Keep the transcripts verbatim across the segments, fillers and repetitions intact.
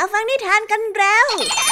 ฟังนิทานกันแล้ว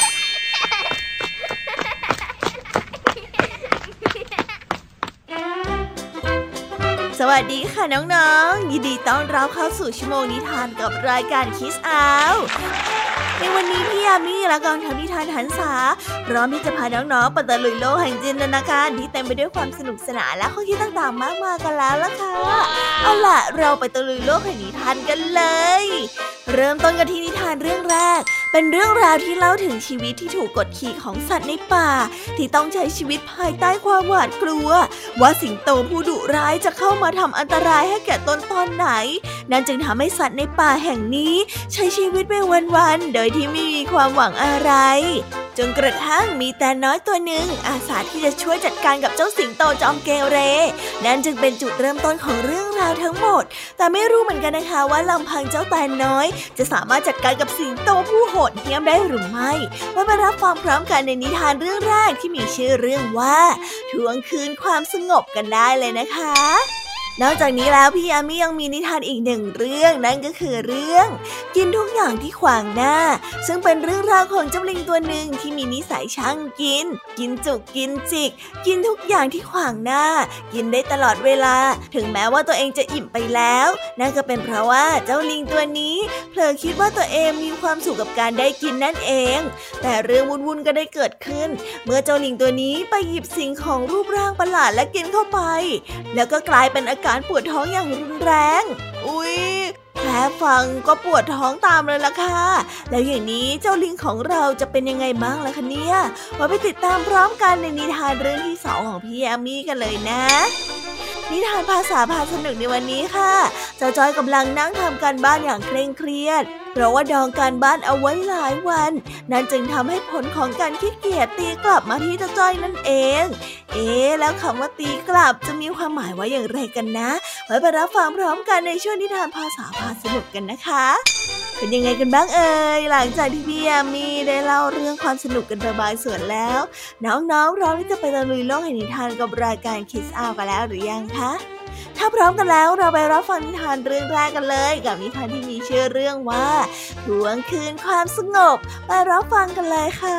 สวัสดีค่ะน้องๆยินดีต้อนรับเข้าสู่ชั่วโมงนิทานกับรายการคิสอาวในวันนี้พี่ยามีและกองทัพนิทานหันษาพร้อมที่จะพาน้องๆไปตะลุยโลกแห่งจินตนาการที่เต็มไปด้วยความสนุกสนานและข้อคิดต่างๆมากมายกันแล้วล่ะค่ะเอาล่ะเราไปตะลุยโลกแห่งนิทานกันเลยเริ่มต้นกันที่นิทานเรื่องแรกเป็นเรื่องราวที่เล่าถึงชีวิตที่ถูกกดขี่ของสัตว์ในป่าที่ต้องใช้ชีวิตภายใต้ความหวาดกลัวว่าสิงโตผู้ดุร้ายจะเข้ามาทำอันตรายให้แก่ตนตอนไหนนั่นจึงทำให้สัตว์ในป่าแห่งนี้ใช้ชีวิตไปวันๆโดยที่ไม่มีความหวังอะไรจนกระทั่งมีแตนน้อยตัวหนึ่งอาสาที่จะช่วยจัดการกับเจ้าสิงโตจอมเกเรนั่นจึงเป็นจุดเริ่มต้นของเรื่องราวทั้งหมดแต่ไม่รู้เหมือนกันนะคะว่าลำพังเจ้าแตนน้อยจะสามารถจัดการกับสิงโตผู้โหดเหี้ยมได้หรือไม่มาไปรับฟังพร้อมกันในนิทานเรื่องแรกที่มีชื่อเรื่องว่าทวงคืนความสงบกันได้เลยนะคะนอกจากนี้แล้วพี่ยามียังมีนิทานอีกหนึ่งเรื่องนั่นก็คือเรื่องกินทุกอย่างที่ขวางหน้าซึ่งเป็นเรื่องราวของเจ้าลิงตัวหนึ่งที่มีนิสัยช่างกินกินจุกกินจิกกินทุกอย่างที่ขวางหน้ากินได้ตลอดเวลาถึงแม้ว่าตัวเองจะอิ่มไปแล้วนั่นก็เป็นเพราะว่าเจ้าลิงตัวนี้เผลอคิดว่าตัวเองมีความสุขกับการได้กินนั่นเองแต่เรื่องวุ่นๆก็ได้เกิดขึ้นเมื่อเจ้าลิงตัวนี้ไปหยิบสิ่งของรูปร่างประหลาดและกินเข้าไปแล้วก็กลายเป็นอาการปวดท้องอย่างรุนแรงอุ๊ยแค่ฟังก็ปวดท้องตามเลยล่ะค่ะแล้วอย่างนี้เจ้าลิงของเราจะเป็นยังไงบ้างล่ะคะเนี่ยมาไปติดตามพร้อมกันในนิทานเรื่องที่สองของพี่แอมมี่กันเลยนะนิทานภาษาพาสนุกในวันนี้ค่ะเจ้าจ้อยกำลังนั่งทำการบ้านอย่างเคร่งเครียดเพราะว่าดองการบ้านเอาไว้หลายวันนั่นจึงทำให้ผลของการขี้เกียจตีกลับมาที่เจ้าจ้อยนั่นเองเอ๊ะแล้วคำว่าตีกลับจะมีความหมายว่าอย่างไรกันนะไว้ไปรับฟังพร้อมกันในช่วงนิทานภาษาพาสนุกกันนะคะเป็นยังไงกันบ้างเอ่ยหลังจากที่พี่ยามีได้เล่าเรื่องความสนุกกันไปบางส่วนแล้วน้องๆพร้อมที่จะไปตะลุยโลกแห่งนิทานกับรายการ Kids Out กันแล้วหรือยังคะถ้าพร้อมกันแล้วเราไปรับฟังนิทานเรื่องแรกกันเลยกับนิทานที่มีชื่อเรื่องว่าทวงคืนความสงบไปรับฟังกันเลยค่ะ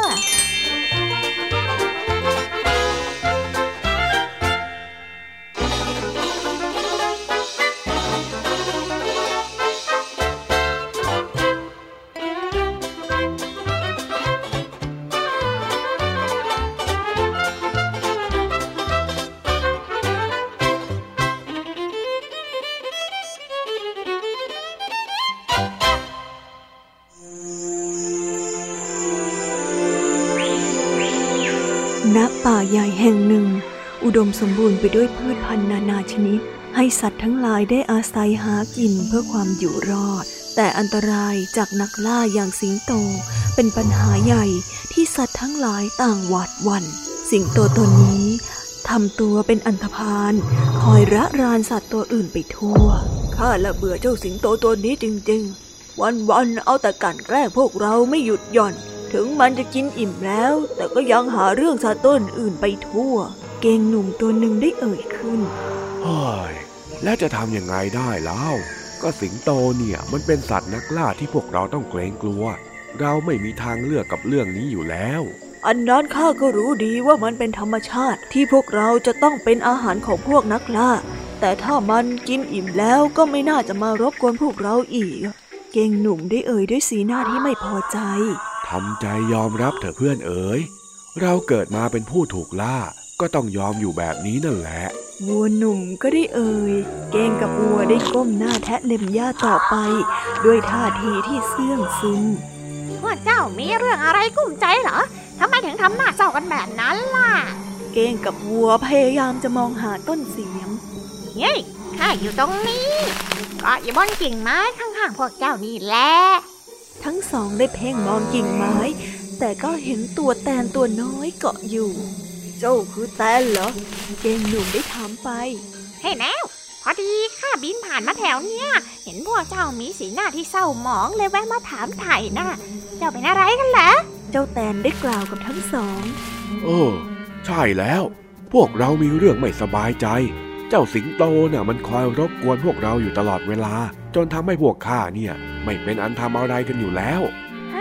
ณ ป่าใหญ่แห่งหนึ่งอุดมสมบูรณ์ไปด้วยพืชพันธุ์นานาชนิดให้สัตว์ทั้งหลายได้อาศัยหากินเพื่อความอยู่รอดแต่อันตรายจากนักล่าอย่างสิงโตเป็นปัญหาใหญ่ที่สัตว์ทั้งหลายต่างหวาดหวั่นสิงโตตัวนี้ทำตัวเป็นอันธพาลคอยระรานสัตว์ตัวอื่นไปทั่วข้าละเบื่อเจ้าสิงโตตัวนี้จริงๆวันๆเอาแต่กั่นแกล้งพวกเราไม่หยุดหย่อนถึงมันจะกินอิ่มแล้วแต่ก็ยังหาเรื่องสัตว์ตัวอื่นไปทั่วเกงหนุ่มตัวหนึ่งได้เอ่ยขึ้นเฮ้ยแล้วจะทำยังไงได้เล่าก็สิงโตเนี่ยมันเป็นสัตว์นักล่าที่พวกเราต้องเกรงกลัวเราไม่มีทางเลือกกับเรื่องนี้อยู่แล้วอันนั้นข้าก็รู้ดีว่ามันเป็นธรรมชาติที่พวกเราจะต้องเป็นอาหารของพวกนักล่าแต่ถ้ามันกินอิ่มแล้วก็ไม่น่าจะมารบกวนพวกเราอีกเกงหนุ่มได้เอ่ยด้วยสีหน้าที่ไม่พอใจทำใจยอมรับเถอะเพื่อนเอ๋ยเราเกิดมาเป็นผู้ถูกล่าก็ต้องยอมอยู่แบบนี้นั่นแหละวัวหนุ่มก็ได้เอ่ยเกงกับวัวได้ก้มหน้าแทะเล็มหญ้าต่อไปด้วยท่าทีที่เสื่องซึมพวกเจ้ามีเรื่องอะไรกุ้มใจเหรอทำไมถึงทำหน้าเศร้ากันแบบนั้นล่ะเกงกับวัวพยายามจะมองหาต้นเสียงเฮ้ยข้าอยู่ตรงนี้ก็อยู่บนกิ่งไม้ข้างๆพวกเจ้านี่แหละทั้งสองได้เพ่งมองกิ่งไม้แต่ก็เห็นตัวแตนตัวน้อยเกาะอยู่เจ้าคือแตนเหรอเกงหนุ่มได้ถามไปเฮ้ยแมวพอดีข้าบินผ่านมาแถวเนี้ยเห็นพวกเจ้ามีสีหน้าที่เศร้าหมองเลยแวะมาถามไถ่น่ะเจ้าเป็นอะไรกันเหรอเจ้าแตนได้กล่าวกับทั้งสองเออใช่แล้วพวกเรามีเรื่องไม่สบายใจเจ้าสิงโตน่ะมันคอยรบกวนพวกเราอยู่ตลอดเวลาจนทำให้พวกข้าเนี่ยไม่เป็นอันทำอะไรกันอยู่แล้วฮ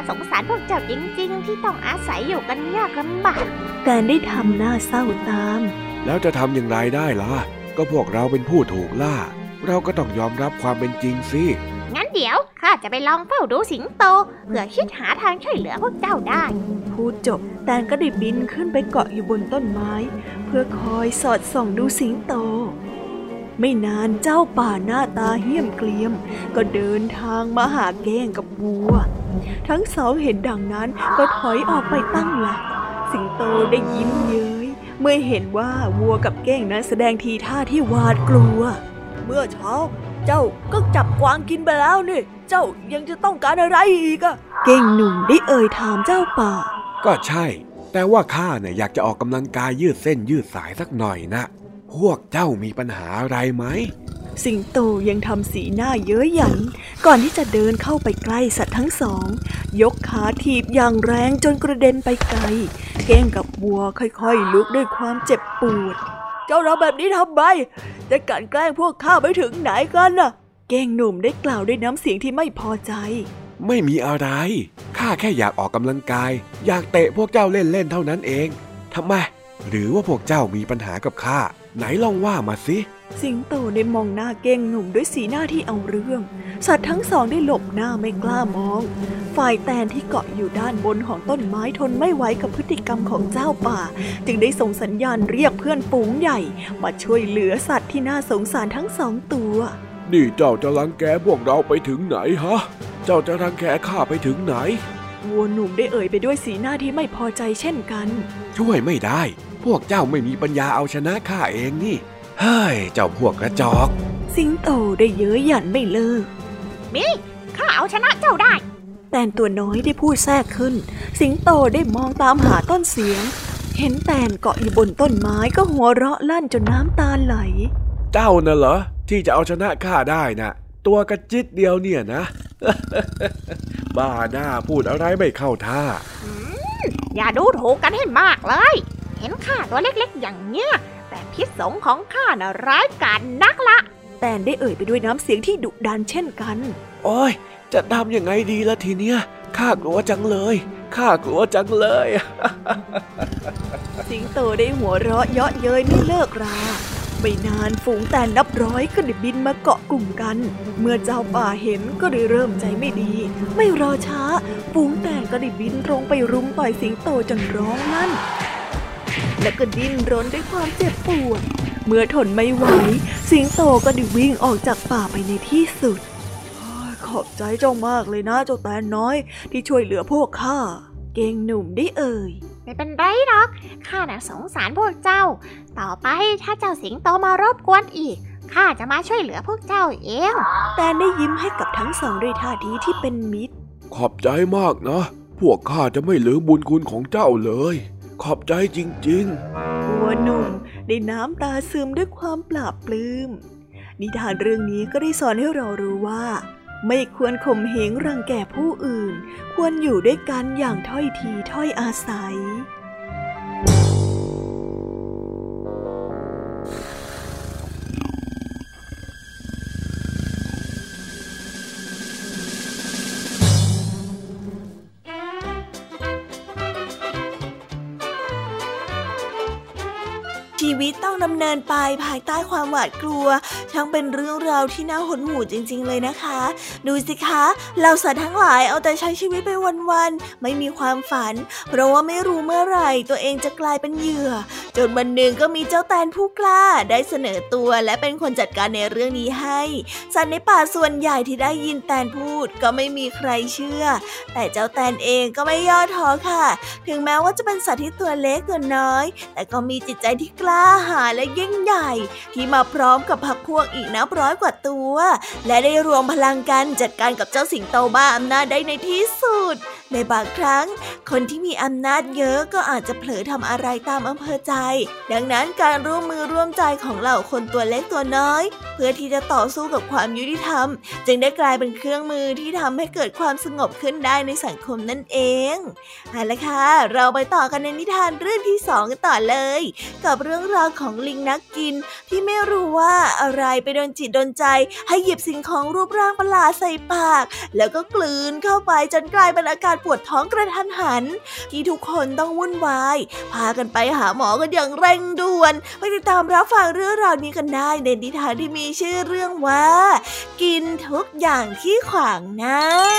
สงสารพวกเจ้าจริงๆที่ต้องอาศัยอยู่กันยากลำบากแต่ได้ทำหน้าเศร้าตามแล้วจะทำอย่างไรได้ล่ะก็พวกเราเป็นผู้ถูกล่าเราก็ต้องยอมรับความเป็นจริงสิงั้นเดี๋ยวข้าจะไปลองเฝ้าดูสิงโตเพื่อคิดหาทางช่วยเหลือพวกเจ้าได้พูดจบแตนก็ได้บินขึ้นไปเกาะอยู่บนต้นไม้เพื่อคอยสอดส่องดูสิงโตไม่นานเจ้าป่าหน้าตาเหี้ยมเกรียมก็เดินทางมาหาแก้งกับวัวทั้งสองเห็นดังนั้นก็ถอยออกไปตั้งหลักสิงโตได้ยิ้มเย้ยเมื่อเห็นว่าวัวกับแก้งนั้นแสดงทีท่าที่หวาดกลัวเมื่อเช้าเจ้าก็จับกวางกินไปแล้วนี่เจ้ายังจะต้องการอะไรอีกอะแก้งหนุ่มได้เอ่ยถามเจ้าป่าก็ใช่แต่ว่าข้าเนี่ยอยากจะออกกำลังกายยืดเส้นยืดสายสักหน่อยนะพวกเจ้ามีปัญหาอะไรไหมสิงโตยังทำสีหน้าเย้ยหยันก่อนที่จะเดินเข้าไปใกล้สัตว์ทั้งสองยกขาถีบอย่างแรงจนกระเด็นไปไกลแก้งกับวัวค่อยๆลุกด้วยความเจ็บปวดเจ้าทำแบบนี้ทำไมจะกลั่นแกล้งพวกข้าไปถึงไหนกันน่ะแก้งหนุ่มได้กล่าวด้วยน้ำเสียงที่ไม่พอใจไม่มีอะไรข้าแค่อยากออกกำลังกายอยากเตะพวกเจ้าเล่นๆเท่านั้นเองทำไมหรือว่าพวกเจ้ามีปัญหากับข้าไหนลองว่ามาสิสิงโตได้มองหน้าแก้งหนุ่มด้วยสีหน้าที่เอาเรื่องสัตว์ทั้งสองได้หลบหน้าไม่กล้ามองฝ่ายแตนที่เกาะอยู่ด้านบนของต้นไม้ทนไม่ไหวกับพฤติกรรมของเจ้าป่าจึงได้ส่งสัญญาณเรียกเพื่อนฝูงใหญ่มาช่วยเหลือสัตว์ที่น่าสงสารทั้งสองตัวนี่เจ้าจะรังแกพวกเราไปถึงไหนฮะเจ้าจะรังแกข้าไปถึงไหนวัวหนุ่มได้เอ่ยไปด้วยสีหน้าที่ไม่พอใจเช่นกันช่วยไม่ได้พวกเจ้าไม่มีปัญญาเอาชนะข้าเองนี่เฮ้ยเจ้าพวกกระจอกสิงโตได้เย้ยหยันไม่เลิกมิข้าเอาชนะเจ้าได้แตนตัวน้อยได้พูดแทรกขึ้นสิงโตได้มองตามหาต้นเสียงเห็นแตนเกาะอยู่บนต้นไม้ก็หัวเราะลั่นจนน้ำตาไหลเจ้าน่ะเหรอที่จะเอาชนะข้าได้น่ะตัวกระจิตเดียวเนี่ยนะ บ้าหน้าพูดอะไรไม่เข้าท่าอย่าดูถูกกันให้มากเลยเห็นข้าตัวเล็กๆอย่างเนี้ยแต่พิษสงของข้าน่ะร้ายกาจนักละแตนได้เอ่ยไปด้วยน้ำเสียงที่ดุดันเช่นกันโอ้ยจะทำยังไงดีล่ะทีเนี้ยข้ากลัวจังเลยข้ากลัวจังเลยสิงโตได้หัวเราะเยาะเย้ยไม่เลิกราไม่นานฝูงแตนนับร้อยก็ได้บินมาเกาะกลุ่มกันเมื่อเจ้าป่าเห็นก็ได้เริ่มใจไม่ดีไม่รอช้าฝูงแตนก็ได้บินตรงไปรุมต่อยสิงโตจนร้องลั่นและก็ดิ้นรนด้วยความเจ็บปวดเมื่อทนไม่ไหวสิงโตก็ได้วิ่งออกจากป่าไปในที่สุดขอบใจเจ้ามากเลยนะเจ้าแตนน้อยที่ช่วยเหลือพวกข้าเก้งหนุ่มได้เอ่ยไม่เป็นไรหรอกข้าน่ะสงสารพวกเจ้าต่อไปถ้าเจ้าสิงโตมารบกวนอีกข้าจะมาช่วยเหลือพวกเจ้าเองแตนได้ยิ้มให้กับทั้งสองด้วยท่าทีที่เป็นมิตรขอบใจมากนะพวกข้าจะไม่ลืมบุญคุณของเจ้าเลยขอบใจจริงๆวัวหนุ่มได้น้ำตาซึมด้วยความปลาบปลื้มนิทานเรื่องนี้ก็ได้สอนให้เรารู้ว่าไม่ควรข่มเหงรังแกผู้อื่นควรอยู่ด้วยกันอย่างถ้อยทีถ้อยอาศัยชีวิตต้องดำเนินไปภายใต้ความหวาดกลัวทั้งเป็นเรื่องราวที่น่าหดหู่จริงๆเลยนะคะดูสิคะเหล่าสัตว์ทั้งหลายเอาแต่ใช้ชีวิตไปวันๆไม่มีความฝันเพราะว่าไม่รู้เมื่อไหร่ตัวเองจะกลายเป็นเหยื่อจนวันหนึ่งก็มีเจ้าแตนผู้กล้าได้เสนอตัวและเป็นคนจัดการในเรื่องนี้ให้สัตว์ในป่าส่วนใหญ่ที่ได้ยินแตนพูดก็ไม่มีใครเชื่อแต่เจ้าแตนเองก็ไม่ย่อท้อค่ะถึงแม้ว่าจะเป็นสัตว์ที่ตัวเล็กตัวน้อยแต่ก็มีจิตใจที่กล้าหาญและยิ่งใหญ่ที่มาพร้อมกับพรรคพวกอีกนับร้อยกว่าตัวและได้รวมพลังกันจัดการกับเจ้าสิงโตบ้าอำนาจได้ในที่สุดในบางครั้งคนที่มีอำนาจเยอะก็อาจจะเผลอทำอะไรตามอำเภอใจดังนั้นการร่วมมือร่วมใจของเหล่าคนตัวเล็กตัวน้อยเพื่อที่จะต่อสู้กับความยุติธรรมจึงได้กลายเป็นเครื่องมือที่ทำให้เกิดความสงบขึ้นได้ในสังคมนั่นเองเอาละค่ะเราไปต่อกันในนิทานเรื่องที่สองกันต่อเลยกับเรื่องราวของลิงนักกินที่ไม่รู้ว่าอะไรไปโดนจิตโดนใจให้หยิบสิ่งของรูปร่างประหลาดใส่ปากแล้วก็กลืนเข้าไปจนกลายเป็นอาการปวดท้องกระทันหันที่ทุกคนต้องวุ่นวายพากันไปหาหมอกันอย่างเร่งด่วนไปติดตามรับฟังเรื่องราวนี้กันได้ในนิทานที่มีชื่อเรื่องว่ากินทุกอย่างที่ขวางหน้า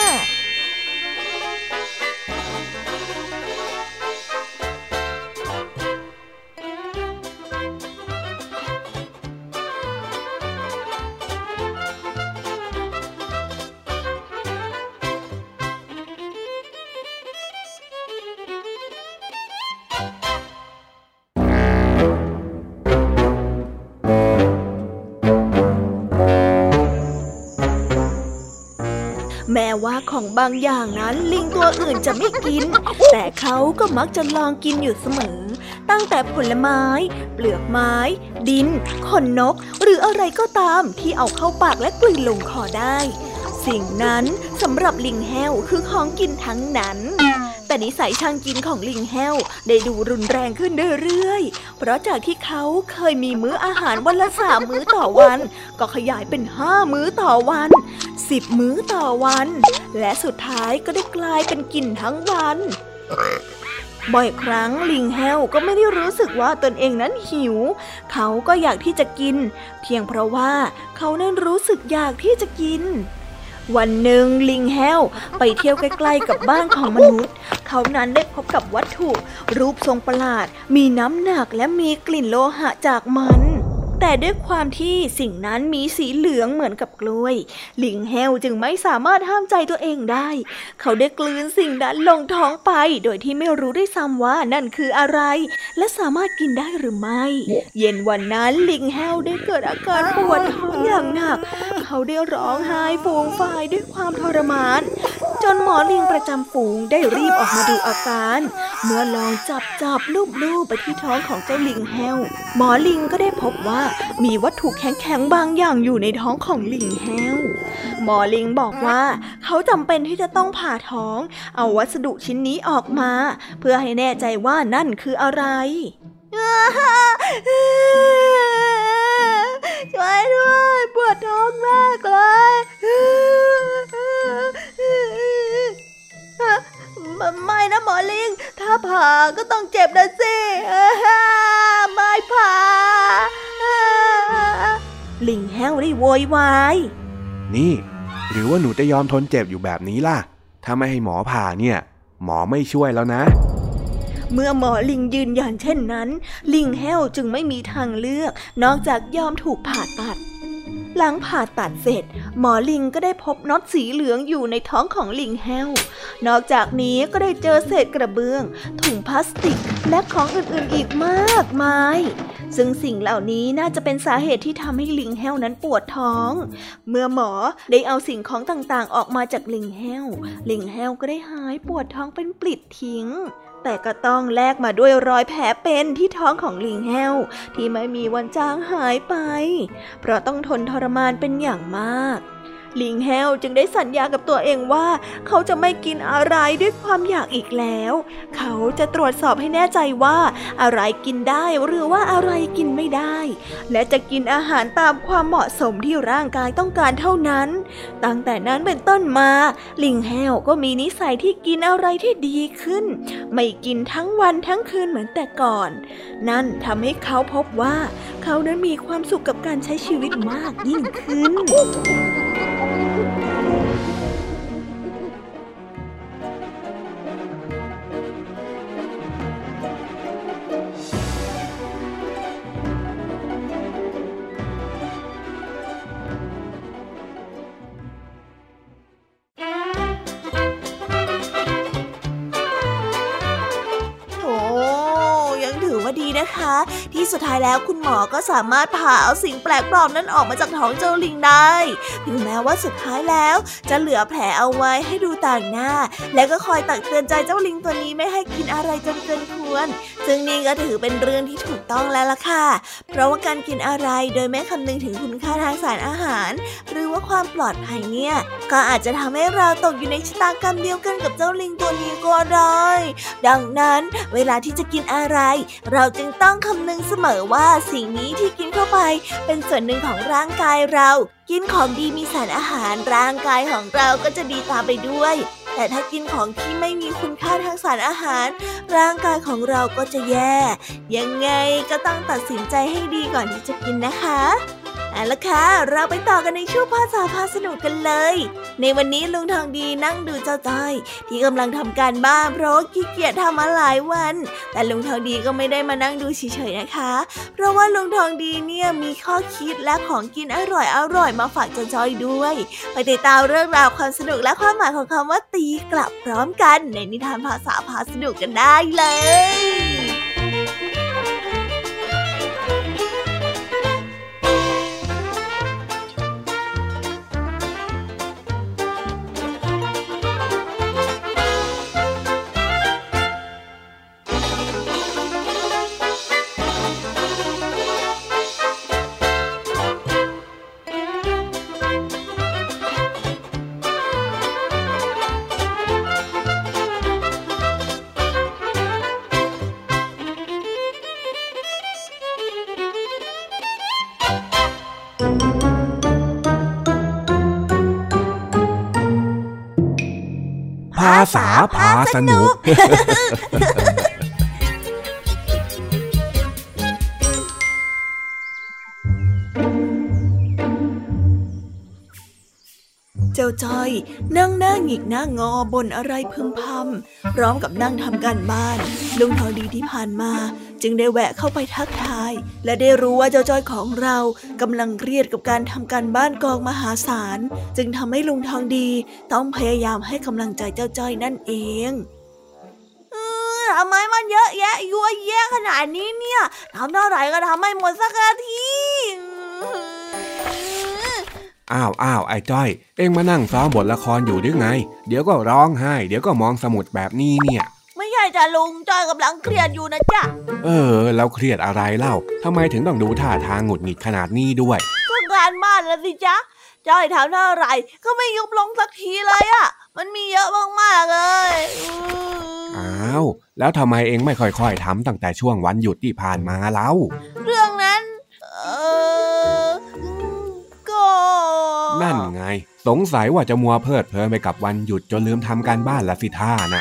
แม้ว่าของบางอย่างนั้นลิงตัวอื่นจะไม่กินแต่เขาก็มักจะลองกินอยู่เสมอตั้งแต่ผลไม้เปลือกไม้ดินขนนกหรืออะไรก็ตามที่เอาเข้าปากและกลืนลงคอได้สิ่งนั้นสำหรับลิงแห้วคือของกินทั้งนั้นแต่นิสัยช่างกินของลิงแห้วได้ดูรุนแรงขึ้นเรื่อยๆเพราะจากที่เขาเคยมีมื้ออาหารวันละสามมื้อต่อวันก็ขยายเป็นห้ามื้อต่อวันสิบมื้อต่อวันและสุดท้ายก็ได้กลายเป็นกินทั้งวันบ่อยครั้งลิงแห้วก็ไม่ได้รู้สึกว่าตนเองนั้นหิวเขาก็อยากที่จะกินเพียงเพราะว่าเขานั้นรู้สึกอยากที่จะกินวันหนึ่งลิงแห้วไปเที่ยวใกล้ๆกับบ้านของมนุษย์เขานั้นได้พบกับวัตถุรูปทรงประหลาดมีน้ำหนักและมีกลิ่นโลหะจากมันแต่ด้วยความที่สิ่งนั้นมีสีเหลืองเหมือนกับกล้วยลิงแห้วจึงไม่สามารถห้ามใจตัวเองได้เขาได้กลืนสิ่งนั้นลงท้องไปโดยที่ไม่รู้ด้วยซ้ำว่านั่นคืออะไรและสามารถกินได้หรือไม่เย็นวันนั้นลิงแห้วได้เกิดอาการปวดท้องอย่างหนักเขาได้ร้องไห้ฟูมฟายด้วยความทรมานจนหมอลิงประจำฝูงได้รีบออกมาดูอาการเมื่อลองจับจับลูบๆไปที่ท้องของเจ้าลิงแห้วหมอลิงก็ได้พบว่ามีวัตถุแข็งๆบางอย่างอยู่ในท้องของลิงแห้วหมอลิงบอกว่าเขาจำเป็นที่จะต้องผ่าท้องเอาวัสดุชิ้นนี้ออกมาเพื่อให้แน่ใจว่านั่นคืออะไรช่วยด้วยปวดท้องมากเลยไม่นะหมอลิงถ้าผ่าก็ต้องเจ็บนะสิไม่ผ่าลิงแห้วได้โวยวายนี่หรือว่าหนูจะยอมทนเจ็บอยู่แบบนี้ล่ะถ้าไม่ให้หมอผ่าเนี่ยหมอไม่ช่วยแล้วนะเมื่อหมอลิงยืนยันเช่นนั้นลิงแห้วจึงไม่มีทางเลือกนอกจากยอมถูกผ่าตัดหลังผ่าตัดเสร็จหมอลิงก็ได้พบน็อตสีเหลืองอยู่ในท้องของลิงแห้วนอกจากนี้ก็ได้เจอเศษกระเบื้องถุงพลาสติกและของอื่นๆอีกมากมายซึ่งสิ่งเหล่านี้น่าจะเป็นสาเหตุที่ทำให้ลิงแห้วนั้นปวดท้องเมื่อหมอได้เอาสิ่งของต่างๆออกมาจากลิงแห้วลิงแห้วก็ได้หายปวดท้องเป็นปลิดทิ้งแต่ก็ต้องแลกมาด้วยรอยแผลเป็นที่ท้องของลิงแห้วที่ไม่มีวันจางหายไปเพราะต้องทนทรมานเป็นอย่างมากลิงแห้วจึงได้สัญญากับตัวเองว่าเขาจะไม่กินอะไรด้วยความอยากอีกแล้วเขาจะตรวจสอบให้แน่ใจว่าอะไรกินได้หรือว่าอะไรกินไม่ได้และจะกินอาหารตามความเหมาะสมที่ร่างกายต้องการเท่านั้นตั้งแต่นั้นเป็นต้นมาลิงแห้วก็มีนิสัยที่กินอะไรที่ดีขึ้นไม่กินทั้งวันทั้งคืนเหมือนแต่ก่อนนั่นทำให้เขาพบว่าเขานั้นมีความสุขกับการใช้ชีวิตมากยิ่งขึ้นนะคะที่สุดท้ายแล้วคุณหมอก็สามารถผ่าเอาสิ่งแปลกปลอมนั้นออกมาจากท้องเจ้าลิงได้ถึงแม้ว่าสุดท้ายแล้วจะเหลือแผลเอาไว้ให้ดูต่างหน้าและก็คอยตักเตือนใจเจ้าลิงตัวนี้ไม่ให้กินอะไรจนเกินควรวนซึ่งนี่ก็ถือเป็นเรื่องที่ถูกต้องแล้วล่ะค่ะเพราะว่าการกินอะไรโดยไม่คำนึงถึงคุณค่าทางสารอาหารหรือว่าความปลอดภัยเนี่ยก็อาจจะทำให้เราตกอยู่ในชะตากรรมเดียวกันกับเจ้าลิงตัวนี้ก็ได้ดังนั้นเวลาที่จะกินอะไรเราจึงต้องคำนึงเสมอว่าสิ่งนี้ที่กินเข้าไปเป็นส่วนหนึ่งของร่างกายเรากินของดีมีสารอาหารร่างกายของเราก็จะดีตามไปด้วยแต่ถ้ากินของที่ไม่มีคุณค่าทางสารอาหารร่างกายของเราก็จะแย่ยังไงก็ต้องตัดสินใจให้ดีก่อนที่จะกินนะคะเอาละค่ะเราไปต่อกันในช่วงภาษาพาสนุกกันเลยในวันนี้ลุงทองดีนั่งดูเจ้าจ้อยที่กำลังทำการบ้านเพราะขี้เกียจทำมาหลายวันแต่ลุงทองดีก็ไม่ได้มานั่งดูเฉยๆนะคะเพราะว่าลุงทองดีเนี่ยมีข้อคิดและของกินอร่อยๆมาฝากเจ้าจ้อยด้วยไปติดตามเรื่องราวความสนุกและความหมายของคำว่าตีกลับพร้อมกันในนิทานภาษาพาสนุกกันได้เลยภาษาพาสนุกเจ้าจ้อยนั่งหน้าหงิกหน้างอบ่นอะไรพึมพำพร้อมกับนั่งทำการบ้านลุงทองดีที่ผ่านมาจึงได้แวะเข้าไปทักทายและได้รู้ว่าเจ้าจ้อยของเรากำลังเครียดกับการทำการบ้านกองมหาศาลจึงทำให้ลุงทองดีต้องพยายามให้กำลังใจเจ้าจ้อยนั่นเองทำไมมันเยอะแยะยั่วแยะขนาดนี้เนี่ยทำเท่าไหร่ก็ทำไม่หมดสักทีอ้าวอ้าวไอ้จ้อยเอ็งมานั่งซ้อมบทละครอยู่หรือไงเดี๋ยวก็ร้องไห้เดี๋ยวก็มองสมุดแบบนี้เนี่ยไม่ใช่จ้ะลุงจ้อยกำลังเครียดอยู่นะจ๊ะเออแล้วเครียดอะไรเล่าทำไมถึงต้องดูท่าทางหงุดหงิดขนาดนี้ด้วยก็งานบ้านละสิจ๊ะจ้อยทำเท่าไหร่ก็ไม่ยุบลงสักทีเลยอ่ะมันมีเยอะมากๆเลยอ้าวแล้วทำไมเอ็งไม่ค่อยๆทำตั้งแต่ช่วงวันหยุดที่ผ่านมาเล่าเรื่องนั้นเออก็นั่นไงสงสัยว่าจะมัวเพลิดเพลินไปกับวันหยุดจนลืมทำการบ้านละสิท่าน่ะ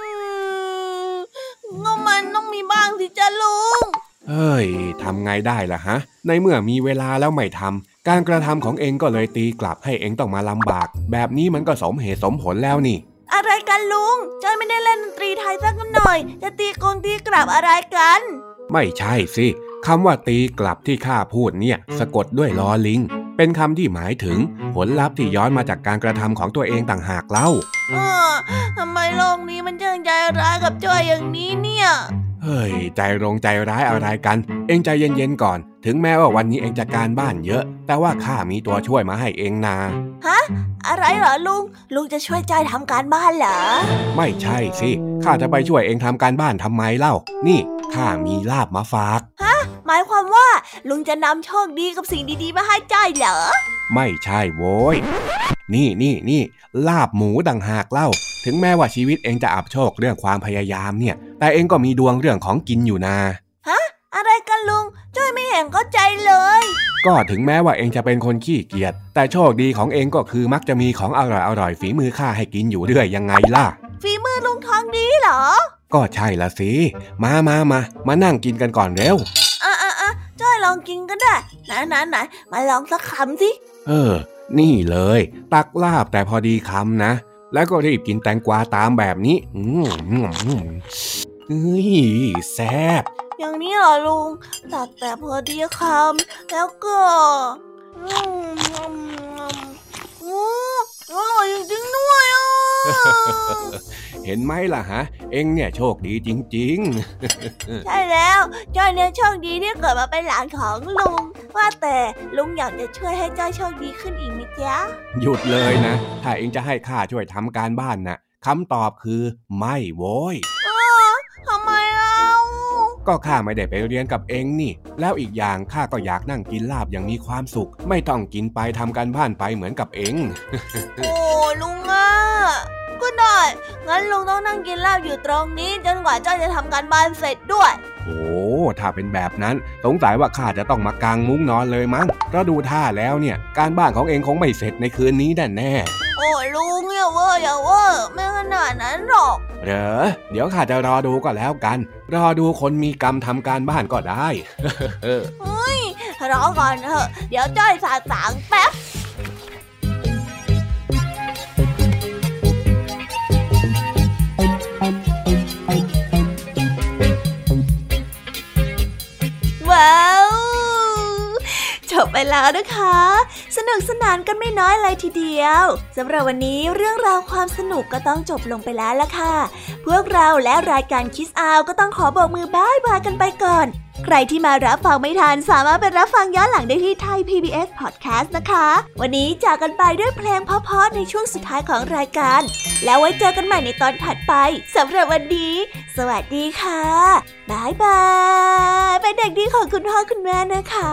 ก็มันต้องมีบ้างสิจ้ะลุงเฮ้ยทำไงได้ล่ะฮะในเมื่อมีเวลาแล้วไม่ทำการกระทำของเอ็งก็เลยตีกลับให้เอ็งต้องมาลำบากแบบนี้มันก็สมเหตุสมผลแล้วนี่อะไรกันลุงจ้อยไม่ได้เล่นดนตรีไทยสักหน่อยจะตีกงตีกลับอะไรกันไม่ใช่สิคำว่าตีกลับที่ข้าพูดเนี่ยสะกดด้วยลอลิงเป็นคำที่หมายถึงผลลัพธ์ที่ย้อนมาจากการกระทำของตัวเองต่างหากเล่าเออทำไมโลกนี้มันช่างใจร้ายกับจ้อยอย่างนี้เนี่ยเฮ้ยใจรงใจร้ายอะไรกันเอ็งใจเย็นๆก่อนถึงแม้ว่าวันนี้เอ็งจะการบ้านเยอะแต่ว่าข้ามีตัวช่วยมาให้เอ็งนาฮะอะไรเหรอลุงลุงจะช่วยจ้อยทำการบ้านเหรอไม่ใช่สิข้าจะไปช่วยเอ็งทำการบ้านทำไมเล่านี่ข้ามีลาบมาฝากฮะหมายความว่าลุงจะนำโชคดีกับสิ่งดีๆมาให้จ้อยเหรอไม่ใช่โว้ยนี่นี่นี่ลาบหมูต่างหากเล่าถึงแม้ว่าชีวิตเองจะอับโชคเรื่องความพยายามเนี่ยแต่เองก็มีดวงเรื่องของกินอยู่นะฮะอะไรกันลุงจ้อยไม่เห็นเข้าใจเลยก็ถึงแม้ว่าเองจะเป็นคนขี้เกียจแต่โชคดีของเองก็คือมักจะมีของอร่อยอร่อยฝีมือข้าให้กินอยู่เรื่อยยังไงล่ะฝีมือลุงทองดีเหรอก็ใช่ละสิมามามามานั่งกินกันก่อนเร็วอ่ะอ่ะอ่ะจ้อยลองกินก็ได้ไหนไหนไหนมาลองสักคำสิเออนี่เลยตักลาบแต่พอดีคำนะแล้วก็รีบกินแตงกวาตามแบบนี้อืมเฮ้ยแซ่บอย่างนี้เหรอลุงตักแต่พอดีคำแล้วก็อืมอืมอร่อยจริงๆด้วยอ่ะเห็นไหมล่ะฮะเอ็งเนี่ยโชคดีจริงๆ ใช่แล้วจ้อยเนี่ยโชคดีที่เกิดมาเป็นหลานของลุงว่าแต่ลุงอยากจะช่วยให้จ้อยโชคดีขึ้นอีกไหมจ๊ะหยุดเลยนะถ้าเอ็งจะให้ข้าช่วยทำการบ้านน่ะคำตอบคือไม่โว้ยทำไมเล่าก็ข้าไม่ได้ไปเรียนกับเองนี่แล้วอีกอย่างข้าก็อยากนั่งกินลาบอย่างมีความสุขไม่ต้องกินไปทำการบ้านไปเหมือนกับเองโอ้ลุงอ่ะก็ได้งั้นลุงต้องนั่งกินลาบอยู่ตรงนี้จนกว่าเจ้าจะทำการบ้านเสร็จด้วยโอ้ถ้าเป็นแบบนั้นสงสัยว่าข้าจะต้องมากางมุ้งนอนเลยมั้งเพราะดูท่าแล้วเนี่ยการบ้านของเองคงไม่เสร็จในคืนนี้แน่แน่โอ้ลุงอย่าว่าอย่าว่าไม่ขนาดนั้นหรอกเหรอเดี๋ยวข้าจะรอดูก็แล้วกันรอดูคนมีกรรมทำการบ้านก็ได้เฮ้ยรอก่อนเถอะเดี๋ยวจ้อยสาสางแป๊บว้าวจบไปแล้วนะคะสนุกสนานกันไม่น้อยเลยทีเดียวสำหรับวันนี้เรื่องราวความสนุกก็ต้องจบลงไปแล้วล่ะค่ะพวกเราและรายการ Kids Out ก็ต้องขอบอกมือบ๊ายบายกันไปก่อนใครที่มารับฟังไม่ทันสามารถไปรับฟังย้อนหลังได้ที่ Thai พี บี เอส Podcast นะคะวันนี้จากกันไปด้วยเพลงเพราะๆในช่วงสุดท้ายของรายการแล้วไว้เจอกันใหม่ในตอนถัดไปสำหรับวันนี้สวัสดีค่ะบ๊ายบายเป็นเด็กดีของคุณพ่อคุณแม่นะคะ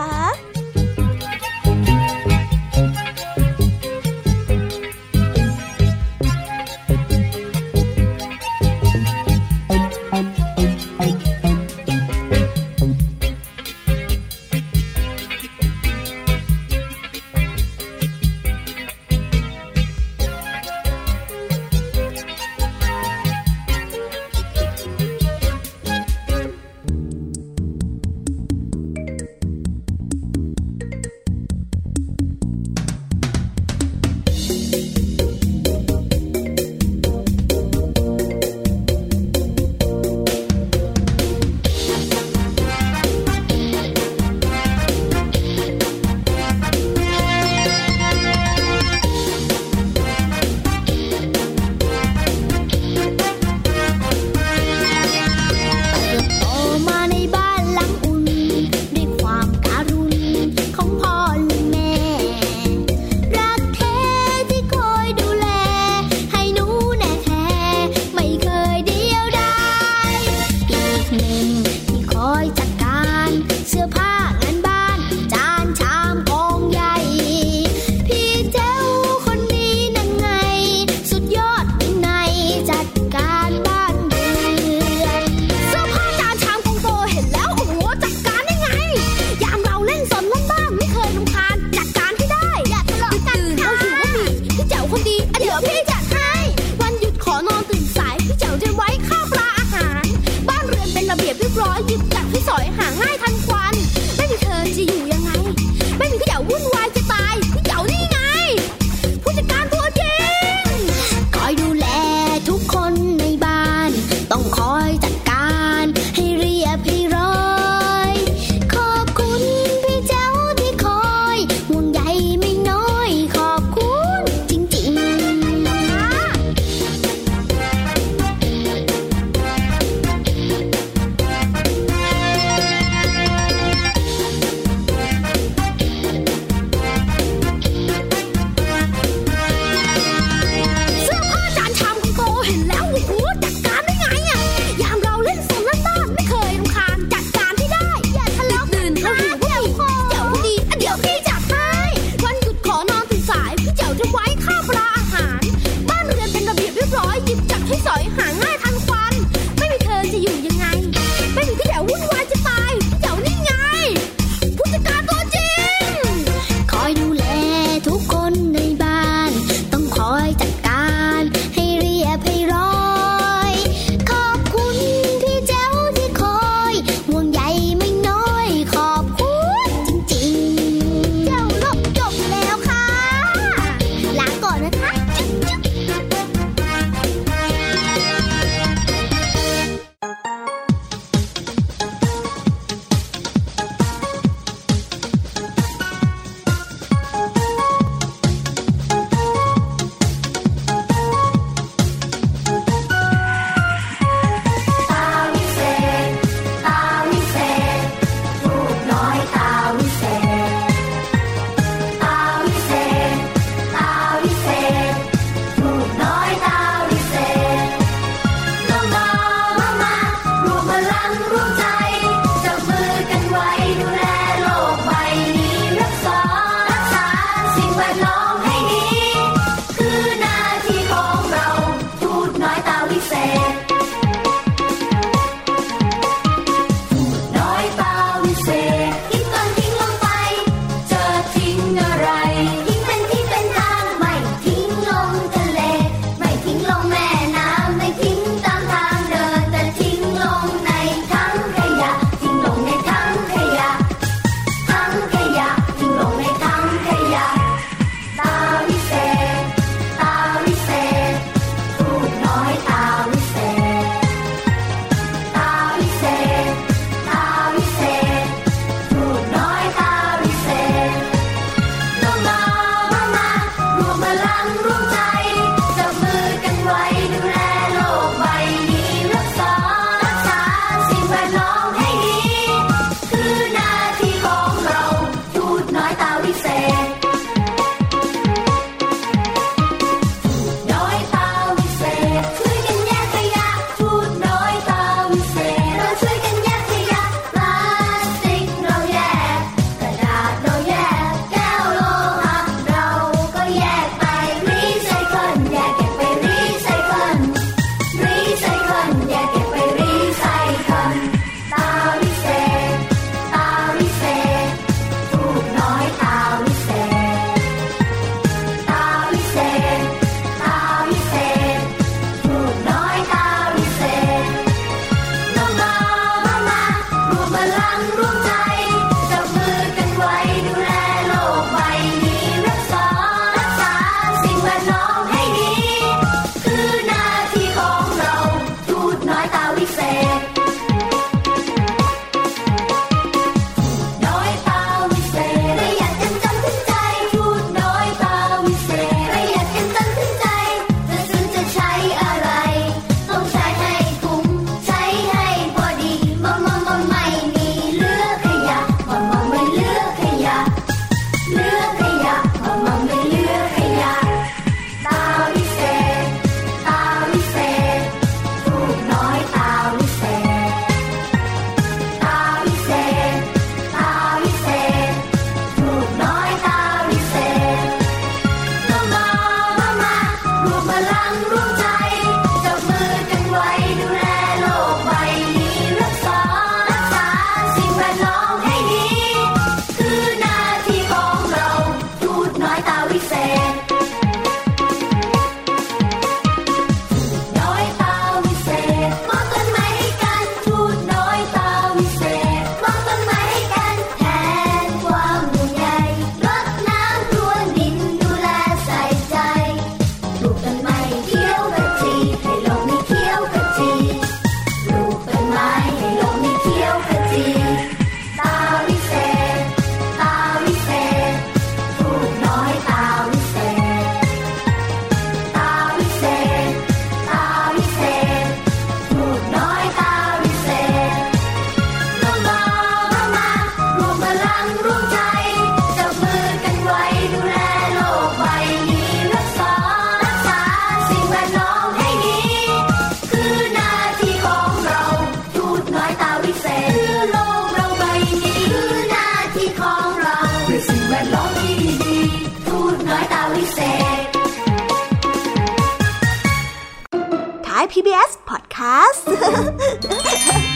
Thai พี บี เอส Podcast